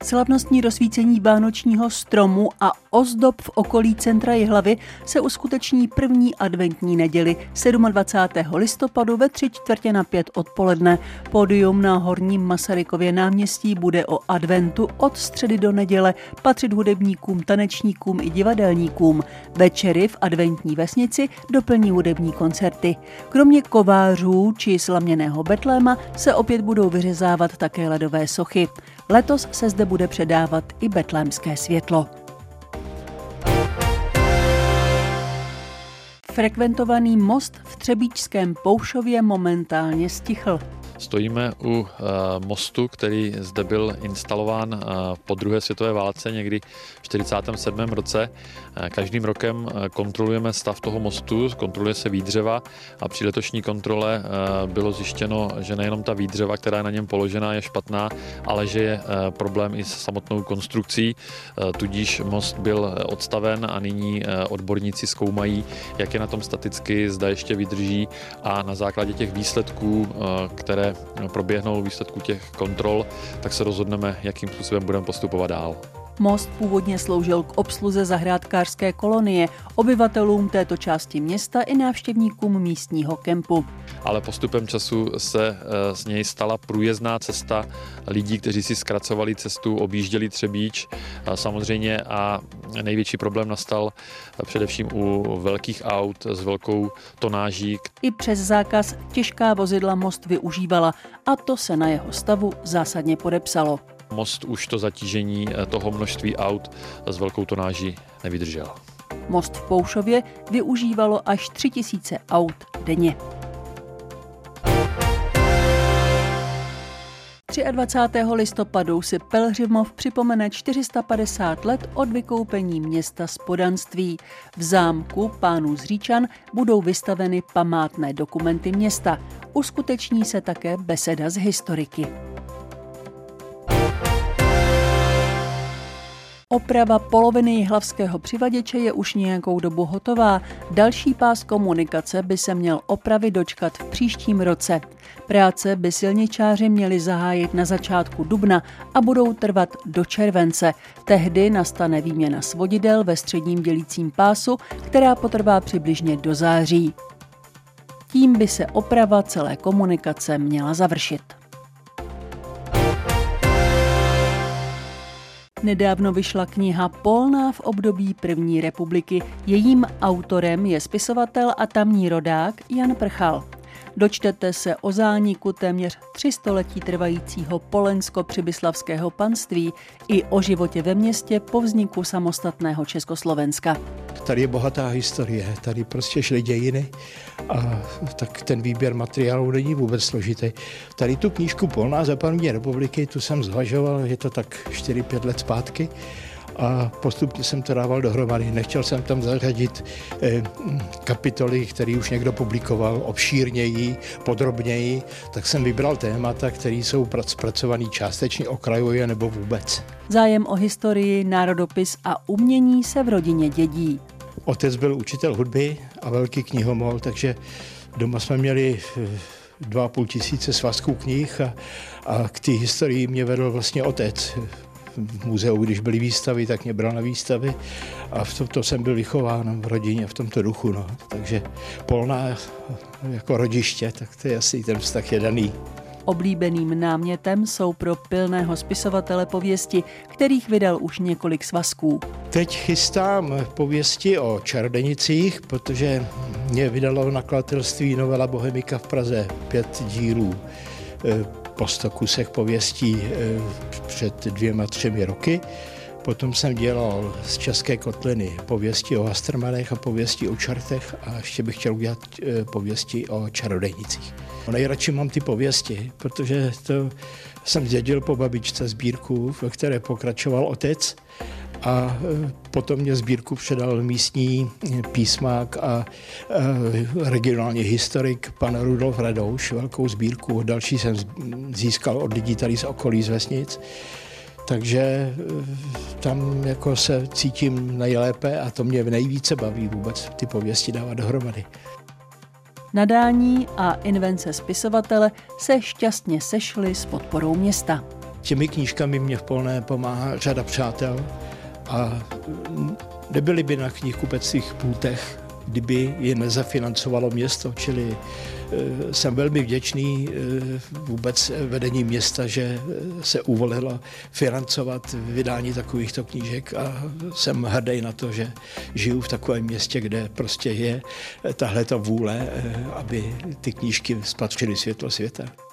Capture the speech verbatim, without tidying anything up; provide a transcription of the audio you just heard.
Slavnostní rozsvícení vánočního stromu a ozdob v okolí centra Jihlavy se uskuteční první adventní neděli dvacátého sedmého listopadu ve tři čtvrtě na pět odpoledne. Pódium na Horním Masarykově náměstí bude o adventu od středy do neděle patřit hudebníkům, tanečníkům i divadelníkům. Večery v adventní vesnici doplní hudební koncerty. Kromě kovářů či slaměného betléma se opět budou vyřezávat také ledové sochy. Letos se zde bude předávat i betlémské světlo. Frekventovaný most v Třebíčském Poušově momentálně stichl. Stojíme u uh, mostu, který zde byl instalován uh, po druhé světové válce někdy v čtyřicátém sedmém roce. Uh, každým rokem uh, kontrolujeme stav toho mostu, kontroluje se výdřeva a při letošní kontrole uh, bylo zjištěno, že nejenom ta výdřeva, která je na něm položená, je špatná, ale že je uh, problém i s samotnou konstrukcí. Uh, tudíž most byl odstaven a nyní uh, odborníci zkoumají, jak je na tom staticky, zda ještě vydrží a na základě těch výsledků, uh, které proběhnou výsledku těch kontrol, tak se rozhodneme, jakým způsobem budeme postupovat dál. Most původně sloužil k obsluze zahrádkářské kolonie, obyvatelům této části města i návštěvníkům místního kempu. Ale postupem času se z něj stala průjezdná cesta lidí, kteří si zkracovali cestu, objížděli Třebíč samozřejmě a největší problém nastal především u velkých aut s velkou tonáží. I přes zákaz těžká vozidla most využívala a to se na jeho stavu zásadně podepsalo. Most už to zatížení toho množství aut s velkou tonáží nevydržel. Most v Poušově využívalo až tři tisíce aut denně. dvacátého třetího listopadu si Pelhřimov připomene čtyři sta padesát let od vykoupení města z poddanství. V zámku pánů z Říčan budou vystaveny památné dokumenty města. Uskuteční se také beseda s historiky. Oprava poloviny jihlavského přivaděče je už nějakou dobu hotová. Další pás komunikace by se měl opravy dočkat v příštím roce. Práce by silničáři měli zahájit na začátku dubna a budou trvat do července. Tehdy nastane výměna svodidel ve středním dělícím pásu, která potrvá přibližně do září. Tím by se oprava celé komunikace měla završit. Nedávno vyšla kniha Polná v období první republiky. Jejím autorem je spisovatel a tamní rodák Jan Prchal. Dočtete se o zániku téměř tři století trvajícího polensko-přibyslavského panství i o životě ve městě po vzniku samostatného Československa. Tady je bohatá historie, tady prostě šly dějiny a tak ten výběr materiálů není vůbec složitý. Tady tu knížku Polná za první republiky, tu jsem zvažoval, je to tak čtyři pět let zpátky a postupně jsem to dával dohromady. Nechtěl jsem tam zařadit eh, kapitoly, které už někdo publikoval obšírněji, podrobněji, tak jsem vybral témata, které jsou zpracované částečně okrajově nebo vůbec. Zájem o historii, národopis a umění se v rodině dědí. Otec byl učitel hudby a velký knihomol, takže doma jsme měli dva a půl tisíce svazků knih a, a k té historii mě vedl vlastně otec. V muzeu, když byly výstavy, tak mě bral na výstavy a v tomto jsem byl vychován v rodině, v tomto duchu. No. Takže Polná jako rodiště, tak to je asi ten vztah je daný. Oblíbeným námětem jsou pro pilného spisovatele pověsti, kterých vydal už několik svazků. Teď chystám pověsti o čarodějnicích, protože mě vydalo nakladatelství Novela Bohemika v Praze pět dílů po sto kusech pověstí před dvěma, třemi roky. Potom jsem dělal z České kotliny pověsti o Hastrmanech a pověsti o čertech a ještě bych chtěl udělat pověsti o čarodějnicích. Nejradši mám ty pověsti, protože to jsem zdědil po babičce sbírku, ve které pokračoval otec a potom mě sbírku předal místní písmák a regionální historik pan Rudolf Radouš, velkou sbírku. Další jsem získal od lidí tady z okolí z vesnic. Takže tam jako se cítím nejlépe a to mě nejvíce baví vůbec ty pověsti dávat dohromady. Nadání a invence spisovatele se šťastně sešly s podporou města. Těmi knížkami mě v Polné pomáhá řada přátel a nebyly by na knihkupectvích půtech, kdyby je nezafinancovalo město, čili jsem velmi vděčný vůbec vedení města, že se uvolilo financovat vydání takovýchto knížek a jsem hrdý na to, že žiju v takovém městě, kde prostě je tahleta vůle, aby ty knížky spatřily světlo světa.